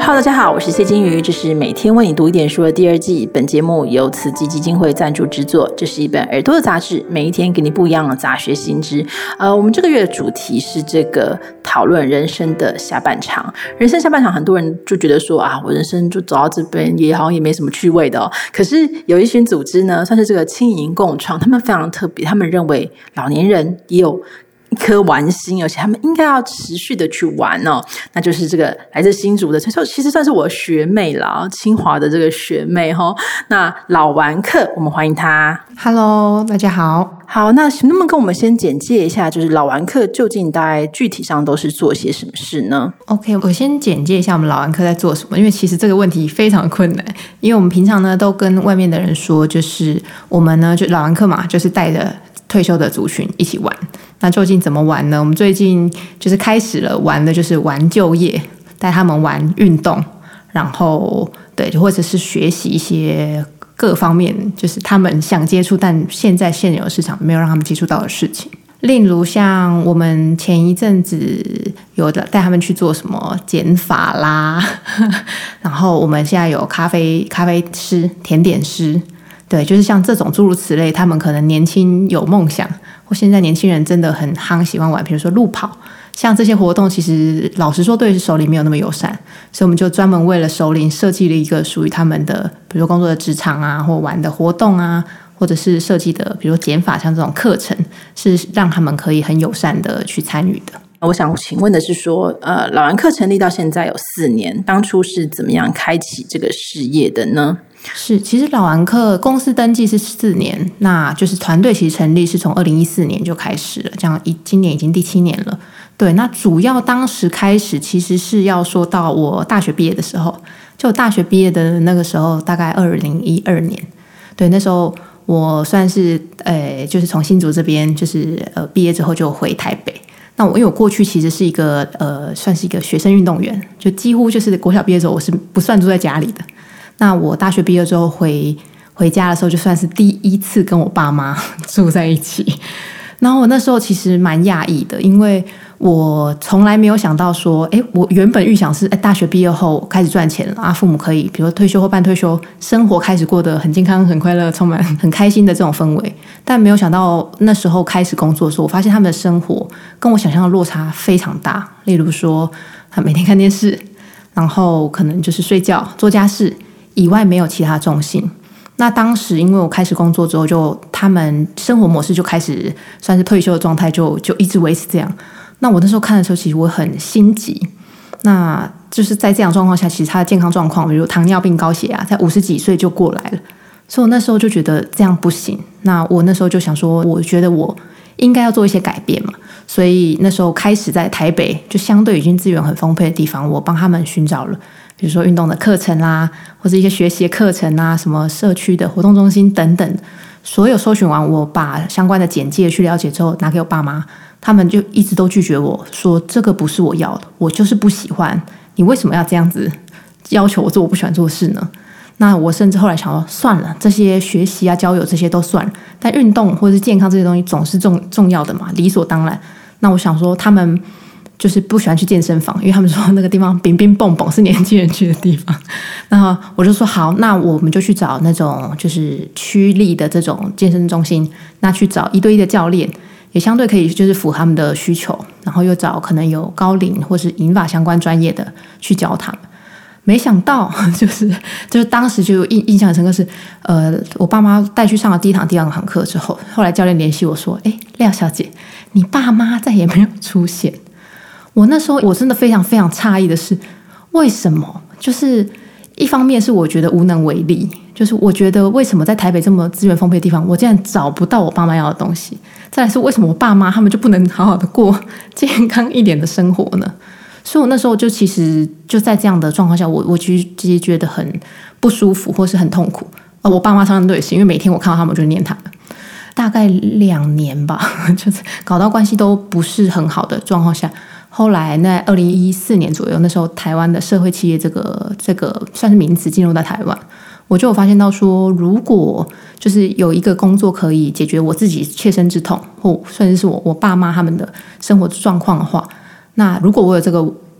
Hello， 大家好，我是谢金鱼，这是每天为你读一点书的第二季。本节目由慈济基金会赞助制作，这是一本耳朵的杂志，每一天给你不一样的杂学新知。我们这个月的主题是这个讨论人生的下半场。人生下半场，很多人就觉得说啊，我人生就走到这边，也好像也没什么趣味的哦。可是有一群组织呢，算是这个青银共创，他们非常特别，他们认为老年人也有一颗玩心，而且他们应该要持续的去玩哦。那就是这个来自新竹的，其实算是我学妹啦，清华的这个学妹齁。那老玩客，我们欢迎她。 Hello， 大家好。 好，那能不能跟我们先简介一下，就是老玩客究竟大概具体上都是做些什么事呢 ？OK， 我先简介一下我们老玩客在做什么，因为其实这个问题非常困难，因为我们平常呢都跟外面的人说，就是我们呢就老玩客嘛，就是带着退休的族群一起玩。那究竟怎么玩呢？我们最近就是开始了玩的就是玩就业，带他们玩运动，然后对，或者是学习一些各方面，就是他们想接触但现有市场没有让他们接触到的事情。例如像我们前一阵子有的带他们去做什么减法啦，然后我们现在有咖啡师、甜点师，对，就是像这种诸如此类，他们可能年轻有梦想，或现在年轻人真的很夯喜欢玩，比如说路跑，像这些活动其实老实说对首领没有那么友善，所以我们就专门为了首领设计了一个属于他们的，比如说工作的职场啊，或玩的活动啊，或者是设计的比如说减法像这种课程，是让他们可以很友善的去参与的。 我想请问的是说，老玩客成立到现在有4年，当初是怎么样开启这个事业的呢？ 是，其实老玩客公司登记是4年，那就是团队其实成立是从2014年就开始了，这样今年已经第7年了。对，那主要当时开始其实是要说到我大学毕业的时候，就大学毕业的那个时候，大概2012年，对，那时候我算是就是从新竹这边就是毕业之后就回台北。那因为我过去其实是一个算是一个学生运动员，就几乎就是国小毕业之后我是不算住在家里的。那我大学毕业之后回家的时候，就算是第一次跟我爸妈住在一起。然后我那时候其实蛮讶异的，因为我从来没有想到说，我原本预想是，大学毕业后开始赚钱了啊，父母可以比如说退休或半退休，生活开始过得很健康、很快乐、充满很开心的这种氛围。但没有想到那时候开始工作的时候，我发现他们的生活跟我想象的落差非常大。例如说，他每天看电视，然后可能就是睡觉、做家事以外没有其他重心。那当时因为我开始工作之后，就他们生活模式就开始算是退休的状态，就一直维持这样。那我那时候看的时候，其实我很心急。那就是在这样状况下，其实他的健康状况，比如糖尿病、高血压，在50几岁就过来了。所以我那时候就觉得这样不行。那我那时候就想说，我觉得我应该要做一些改变嘛。所以那时候开始在台北，就相对已经资源很丰沛的地方，我帮他们寻找了，比如说运动的课程啦，或者一些学习的课程啦，什么社区的活动中心等等。所有搜寻完，我把相关的简介去了解之后，拿给我爸妈，他们就一直都拒绝我说，这个不是我要的，我就是不喜欢，你为什么要这样子要求我做我不喜欢做的事呢？那我甚至后来想说，算了，这些学习啊、交友这些都算了，但运动或者是健康这些东西总是重要的嘛，理所当然。那我想说，他们就是不喜欢去健身房，因为他们说那个地方冰冰蹦蹦是年轻人去的地方。然后我就说好，那我们就去找那种就是区立的这种健身中心，那去找1对1的教练，也相对可以就是符合他们的需求，然后又找可能有高龄或是银发相关专业的去教他们。没想到就是当时就印象很深刻是，我爸妈带去上了第1堂、第2堂课之后，后来教练联系我说，廖小姐，你爸妈再也没有出现。我那时候我真的非常非常诧异的是，为什么？就是一方面是我觉得无能为力，就是我觉得为什么在台北这么资源丰沛的地方，我竟然找不到我爸妈要的东西。再来是为什么我爸妈他们就不能好好的过健康一点的生活呢？所以我那时候就其实就在这样的状况下，我其实觉得很不舒服或是很痛苦。我爸妈常常都也是，因为每天我看到他们我就念他们。大概2年吧，就是搞到关系都不是很好的状况下，后来在2014年左右，那时候台湾的社会企业这个算是名词进入到台湾，我就有发现到说，如果就是有一个工作可以解决我自己切身之痛，或甚至是我爸妈他们的生活状况的话，那如果我有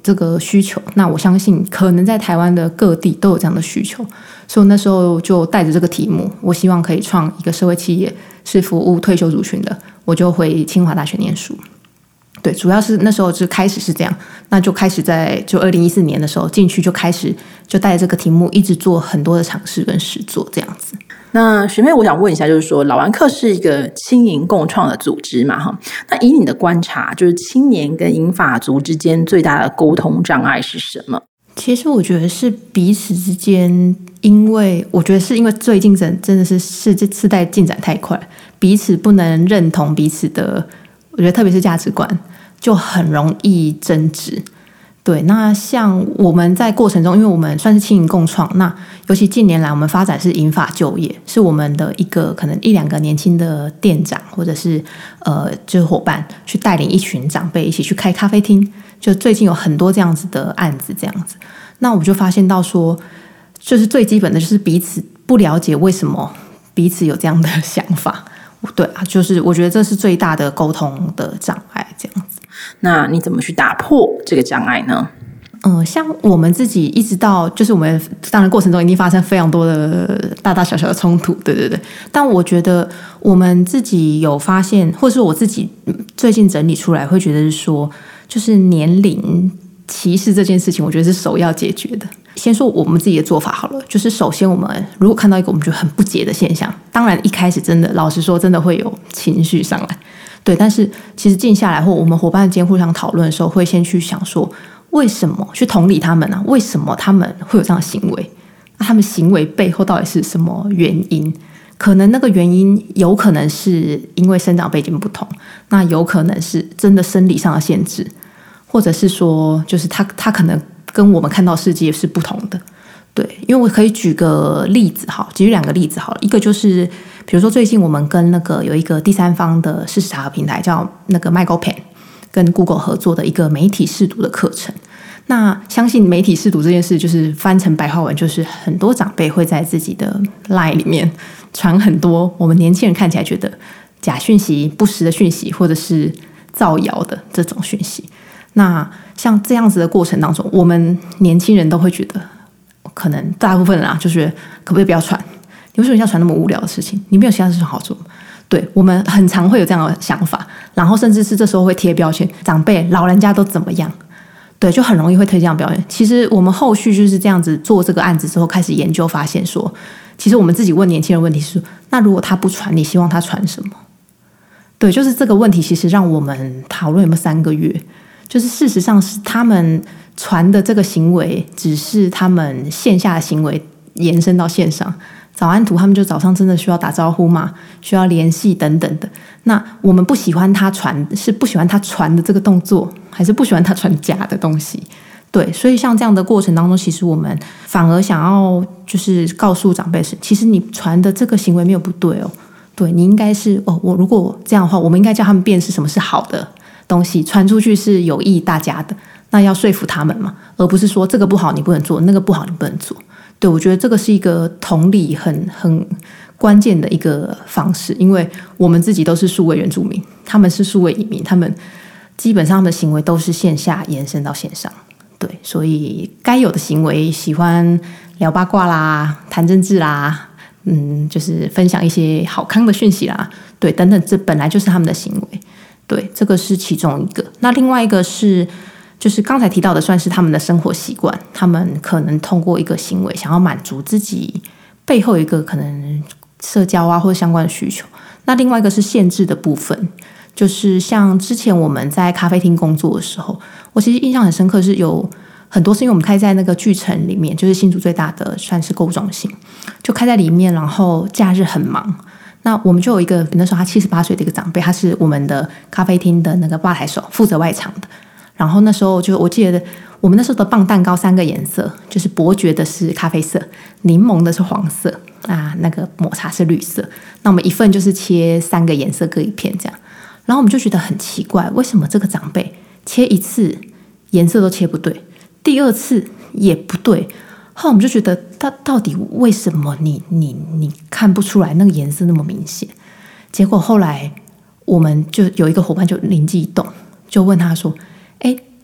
这个需求，那我相信可能在台湾的各地都有这样的需求，所以我那时候就带着这个题目，我希望可以创一个社会企业，是服务退休族群的，我就回清华大学念书。对，主要是那时候就开始是这样，那就开始就2014年的时候进去，就开始就带着这个题目，一直做很多的尝试跟实作这样子。 那学妹，我想问一下，就是说老顽客是一个青银共创的组织嘛，哈，那以你的观察，就是青年跟银发族之间最大的沟通障碍是什么？ 其实我觉得是彼此之间，因为我觉得是因为最近真的是世代进展太快，彼此不能认同彼此的，我觉得特别是价值观，就很容易争执。对，那像我们在过程中，因为我们算是青银共创，那尤其近年来我们发展是银发就业，是我们的一个可能1-2个年轻的店长或者是就是伙伴去带领一群长辈一起去开咖啡厅，就最近有很多这样子的案子这样子。那我就发现到说，就是最基本的就是彼此不了解为什么彼此有这样的想法。对啊，就是我觉得这是最大的沟通的障碍这样子。 那你怎么去打破这个障碍呢？ 像我们自己一直到就是我们当然过程中一定发生非常多的大大小小的冲突，对。但我觉得我们自己有发现，或是我自己最近整理出来，会觉得是说，就是年龄歧视这件事情，我觉得是首要解决的。先说我们自己的做法好了，就是首先我们如果看到一个我们觉得很不解的现象，当然一开始真的老实说真的会有情绪上来，对，但是其实静下来或我们伙伴间互相讨论的时候，会先去想说为什么，去同理他们啊，为什么他们会有这样的行为，那他们行为背后到底是什么原因？可能那个原因有可能是因为生长背景不同，那有可能是真的生理上的限制，或者是说就是他可能跟我们看到世界是不同的。对，因为我可以举个例子，好，举2个例子好了。一个就是，比如说最近我们跟那个有一个第三方的事实查核平台叫那个 MyGoPen， 跟 Google 合作的一个媒体识读的课程。那相信媒体识读这件事，就是翻成白话文，就是很多长辈会在自己的 LINE 里面传很多我们年轻人看起来觉得假讯息、不实的讯息，或者是造谣的这种讯息。那像这样子的过程当中，我们年轻人都会觉得，可能大部分人啊，就是可不可以不要传？你为什么要传那么无聊的事情？你没有其他事情好做吗？对，我们很常会有这样的想法，然后甚至是这时候会贴标签，长辈、老人家都怎么样？对，就很容易会推这样标签。其实我们后续就是这样子做这个案子之后，开始研究发现说，其实我们自己问年轻人问题是：那如果他不传，你希望他传什么？对，就是这个问题，其实让我们讨论有没有3个月。就是事实上是他们传的这个行为，只是他们线下的行为延伸到线上。早安图他们就早上真的需要打招呼嘛，需要联系等等的。那我们不喜欢他传，是不喜欢他传的这个动作，还是不喜欢他传假的东西？对，所以像这样的过程当中，其实我们反而想要就是告诉长辈是，其实你传的这个行为没有不对哦，对你应该是我如果这样的话，我们应该叫他们辨识什么是好的东西，传出去是有益大家的，那要说服他们嘛，而不是说这个不好你不能做，那个不好你不能做。对，我觉得这个是一个同理很关键的一个方式，因为我们自己都是数位原住民，他们是数位移民，他们基本上他们的行为都是线下延伸到线上。对，所以该有的行为，喜欢聊八卦啦、谈政治啦，就是分享一些好康的讯息啦，对，等等，这本来就是他们的行为。对，这个是其中一个。那另外一个是，就是刚才提到的，算是他们的生活习惯，他们可能通过一个行为，想要满足自己背后一个可能社交啊或者相关的需求。那另外一个是限制的部分，就是像之前我们在咖啡厅工作的时候，我其实印象很深刻，是有很多是因为我们开在那个巨城里面，就是新竹最大的算是购物中心，就开在里面，然后假日很忙。那我们就有一个那时候他78岁的一个长辈，他是我们的咖啡厅的那个吧台手，负责外场的。然后那时候就我记得我们那时候的棒蛋糕3个颜色，就是伯爵的是咖啡色，柠檬的是黄色啊，那个抹茶是绿色。那我们一份就是切3个颜色各一片这样。然后我们就觉得很奇怪，为什么这个长辈切一次颜色都切不对，第2次也不对。后来我们就觉得他到底为什么你看不出来那个颜色那么明显？结果后来我们就有一个伙伴就灵机一动，就问他说：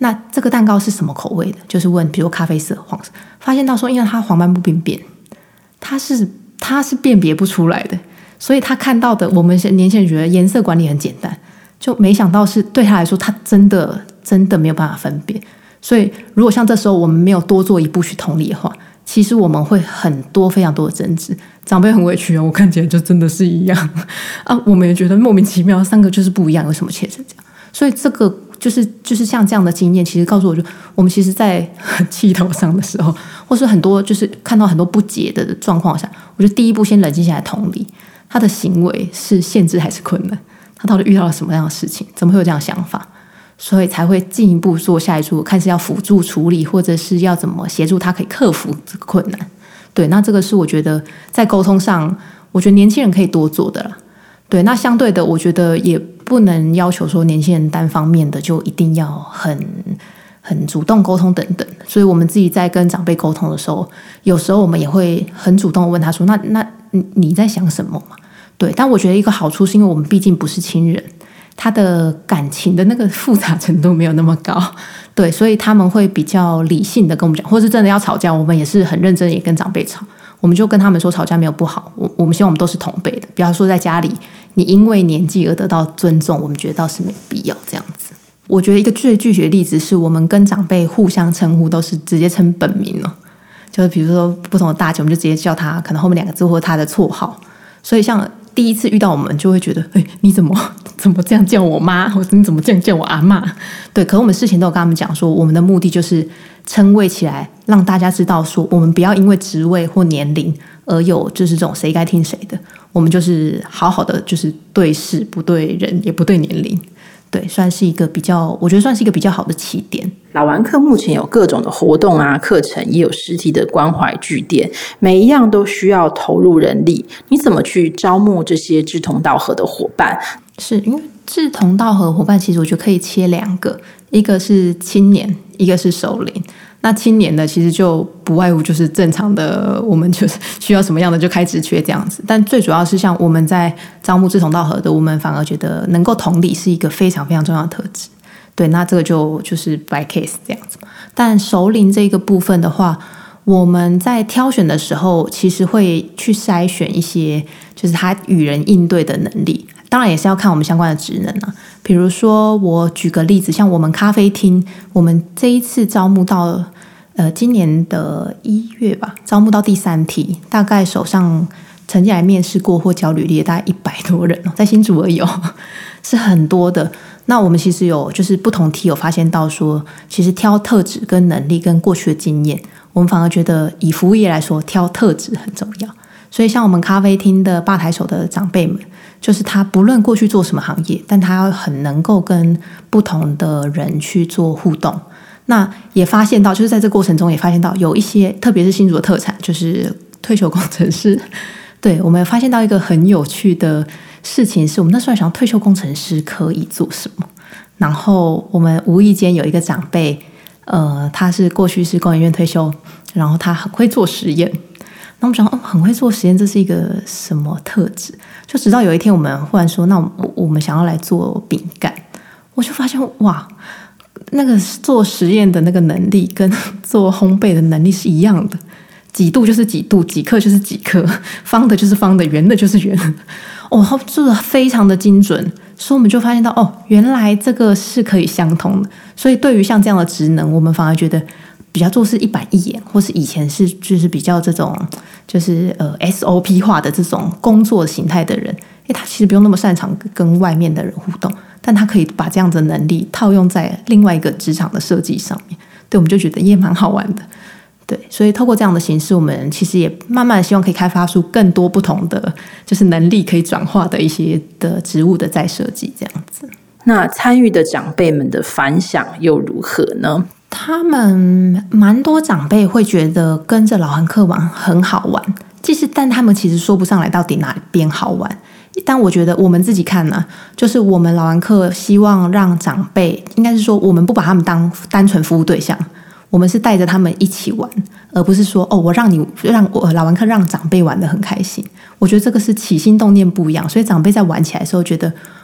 那这个蛋糕是什么口味的？就是问，比如咖啡色、黄色，发现到说，因为它黄斑部病变，它是辨别不出来的，所以他看到的，我们年轻人觉得颜色管理很简单，就没想到是对他来说，他真的没有办法分辨。所以如果像这时候我们没有多做一步去同理的话，其实我们会非常多的争执。长辈很委屈啊，我看起来就真的是一样啊，我们也觉得莫名其妙，三个就是不一样，为什么切成这样？所以这个就是像这样的经验，其实告诉我，就我们其实在气头上的时候，或是很多就是看到很多不解的状况下，我觉得第一步先冷静下来同理他的行为是限制还是困难，他到底遇到了什么样的事情，怎么会有这样的想法，所以才会进一步做下一步，看是要辅助处理，或者是要怎么协助他可以克服这个困难。对，那这个是我觉得在沟通上，我觉得年轻人可以多做的啦。对，那相对的，我觉得也不能要求说年轻人单方面的就一定要很主动沟通等等。所以我们自己在跟长辈沟通的时候，有时候我们也会很主动问他说：“那你在想什么嘛？”对，但我觉得一个好处是因为我们毕竟不是亲人，他的感情的那个复杂程度没有那么高，对，所以他们会比较理性的跟我们讲，或是真的要吵架，我们也是很认真也跟长辈吵。我们就跟他们说吵架没有不好，我们希望我们都是同辈的，不要说在家里你因为年纪而得到尊重，我们觉得倒是没必要这样子。我觉得一个最具体的例子是我们跟长辈互相称呼都是直接称本名了，就是比如说不同的大姐，我们就直接叫他可能后面2个字或他的绰号。所以像第一次遇到我们就会觉得，你怎么这样叫我妈，或者你怎么这样叫我阿嬷？对，可是我们事前都有跟他们讲说，我们的目的就是称谓起来，让大家知道说，我们不要因为职位或年龄而有就是这种谁该听谁的，我们就是好好的就是对事不对人，也不对年龄。对，算是一个我觉得算是一个比较好的起点。 老顽客目前有各种的活动啊、课程，也有实体的关怀据点，每一样都需要投入人力。你怎么去招募这些志同道合的伙伴？ 是因为志同道合的伙伴，其实我觉得可以切2个，一个是青年，一个是熟龄。那青年的其实就不外乎就是正常的，我们就是需要什么样的就开职缺这样子。但最主要是像我们在招募志同道合的，我们反而觉得能够同理是一个非常非常重要的特质。对，那这个就是 by case 这样子。但熟龄这个部分的话，我们在挑选的时候，其实会去筛选一些就是他与人应对的能力。当然也是要看我们相关的职能啊，比如说我举个例子，像我们咖啡厅，我们这一次招募到今年的1月吧，招募到第3梯，大概手上曾经来面试过或交履历大概100多人，在新竹而已是很多的。那我们其实有就是不同梯有发现到说，其实挑特质跟能力跟过去的经验，我们反而觉得以服务业来说，挑特质很重要。所以像我们咖啡厅的吧台手的长辈们，就是他不论过去做什么行业，但他很能够跟不同的人去做互动。那也发现到，就是在这个过程中也发现到有一些，特别是新竹的特产，就是退休工程师。对，我们也发现到一个很有趣的事情是，我们那时候想退休工程师可以做什么，然后我们无意间有一个长辈，他是过去是工研院退休，然后他很会做实验。那我们想很会做实验，这是一个什么特质？就直到有一天我们忽然说，那我们想要来做饼干，我就发现哇，那个做实验的那个能力跟做烘焙的能力是一样的，几度就是几度，几克就是几克，方的就是方的，圆的就是圆的。他做的非常的精准，所以我们就发现到原来这个是可以相通的。所以对于像这样的职能，我们反而觉得比较做是一板一眼，或是以前是就是比较这种就是SOP 化的这种工作形态的人，他其实不用那么擅长跟外面的人互动，但他可以把这样的能力套用在另外一个职场的设计上面。对，我们就觉得也蛮好玩的。对，所以透过这样的形式，我们其实也慢慢的希望可以开发出更多不同的就是能力可以转化的一些的职务的再设计这样子。 那参与的长辈们的反响又如何呢？ 他们蛮多长辈会觉得跟着老顽客玩很好玩，但他们其实说不上来到底哪边好玩。但我觉得我们自己看呢，就是我们老顽客希望让长辈，应该是说我们不把他们当单纯服务对象，我们是带着他们一起玩，而不是说我让我老顽客让长辈玩得很开心。我觉得这个是起心动念不一样，所以长辈在玩起来的时候觉得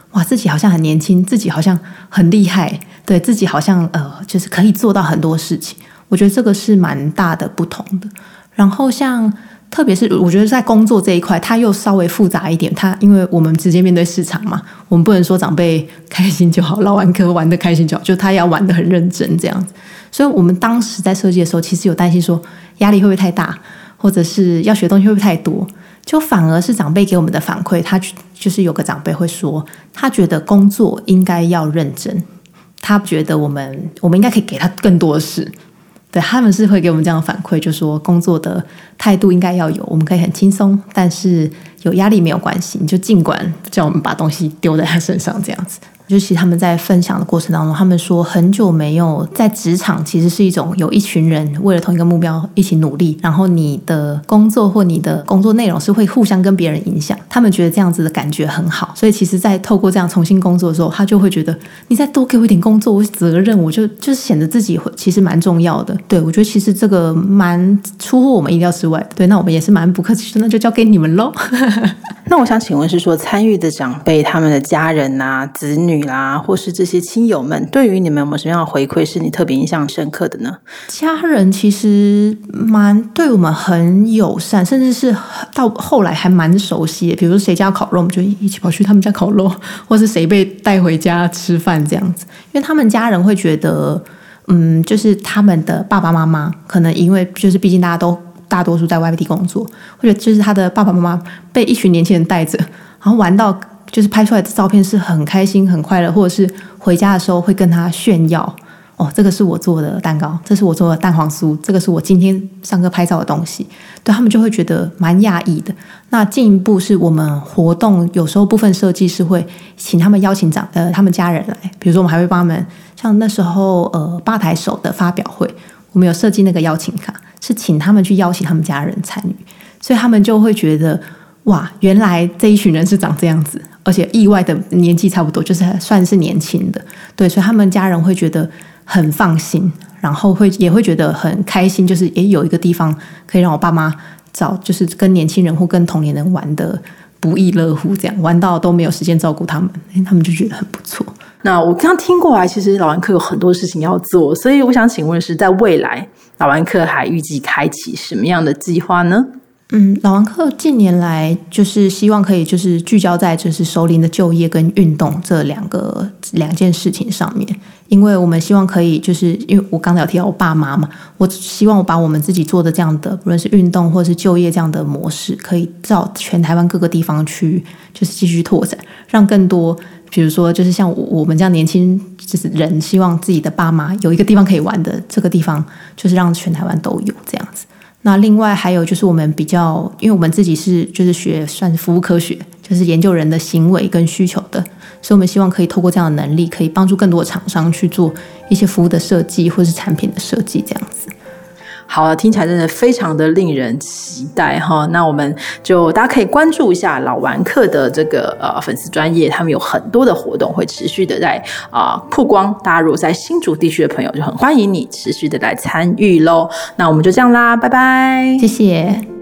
哇，自己好像很年轻，自己好像很厉害，对自己好像就是可以做到很多事情。我觉得这个是蛮大的不同的。然后像特别是我觉得在工作这一块，它又稍微复杂一点。它因为我们直接面对市场嘛，我们不能说长辈开心就好，老玩客玩得开心就好，就他要玩得很认真这样子。所以我们当时在设计的时候，其实有担心说压力会不会太大，或者是要学的东西会不会太多。就反而是长辈给我们的反馈，他就是有个长辈会说，他觉得工作应该要认真，他觉得我们应该可以给他更多的事。对，他们是会给我们这样的反馈，就说工作的态度应该要有，我们可以很轻松，但是有压力没有关系，你就尽管叫我们把东西丢在他身上这样子。就是其实他们在分享的过程当中，他们说很久没有在职场，其实是一种有一群人为了同一个目标一起努力，然后你的工作或你的工作内容是会互相跟别人影响，他们觉得这样子的感觉很好。所以其实在透过这样重新工作的时候，他就会觉得你再多给我一点工作，我责任我就是显得自己其实蛮重要的。对，我觉得其实这个蛮出乎我们意料之外的。对，那我们也是蛮不客气，那就交给你们咯。 那我想请问是说，参与的长辈他们的家人啊、子女啦，或是这些亲友们，对于你们有没有什么样的回馈是你特别印象深刻的呢？ 家人其实对我们很友善，甚至是到后来还蛮熟悉的。比如说谁家烤肉，我们就一起跑去他们家烤肉，或是谁被带回家吃饭这样子。因为他们家人会觉得就是他们的爸爸妈妈可能因为就是毕竟大多数在外地工作，或者就是他的爸爸妈妈被一群年轻人带着，然后玩到就是拍出来的照片是很开心很快乐，或者是回家的时候会跟他炫耀，这个是我做的蛋糕，这是我做的蛋黄酥，这个是我今天上课拍照的东西。对，他们就会觉得蛮讶异的。那进一步是我们活动有时候部分设计是会请他们邀请他们家人来，比如说我们还会帮他们，像那时候吧台手的发表会，我们有设计那个邀请卡，是请他们去邀请他们家人参与，所以他们就会觉得哇，原来这一群人是长这样子，而且意外的年纪差不多，就是算是年轻的。对，所以他们家人会觉得很放心，然后也会觉得很开心，就是也有一个地方可以让我爸妈就是跟年轻人或跟同龄人玩的不亦乐乎，这样玩到都没有时间照顾他们，他们就觉得很不错。 那我刚刚听过来，其实老玩客有很多事情要做，所以我想请问的是，在未来老玩客还预计开启什么样的计划呢？ 老玩客近年来就是希望可以就是聚焦在就是熟龄的就业跟运动这两件事情上面，因为我们希望可以就是因为我刚才有提到我爸妈嘛，我希望我把我们自己做的这样的不论是运动或是就业这样的模式，可以到全台湾各个地方去就是继续拓展，让更多比如说就是像我们这样年轻就是人，希望自己的爸妈有一个地方可以玩的，这个地方就是让全台湾都有这样子。那另外还有就是我们因为我们自己就是学算是服务科学，就是研究人的行为跟需求的，所以我们希望可以透过这样的能力，可以帮助更多的厂商去做一些服务的设计或是产品的设计这样子。 好了，听起来真的非常的令人期待哈。那我们就大家可以关注一下老玩客的这个粉丝专页，他们有很多的活动会持续的在曝光。大家如果在新竹地区的朋友，就很欢迎你持续的来参与咯。那我们就这样啦，拜拜， 谢谢。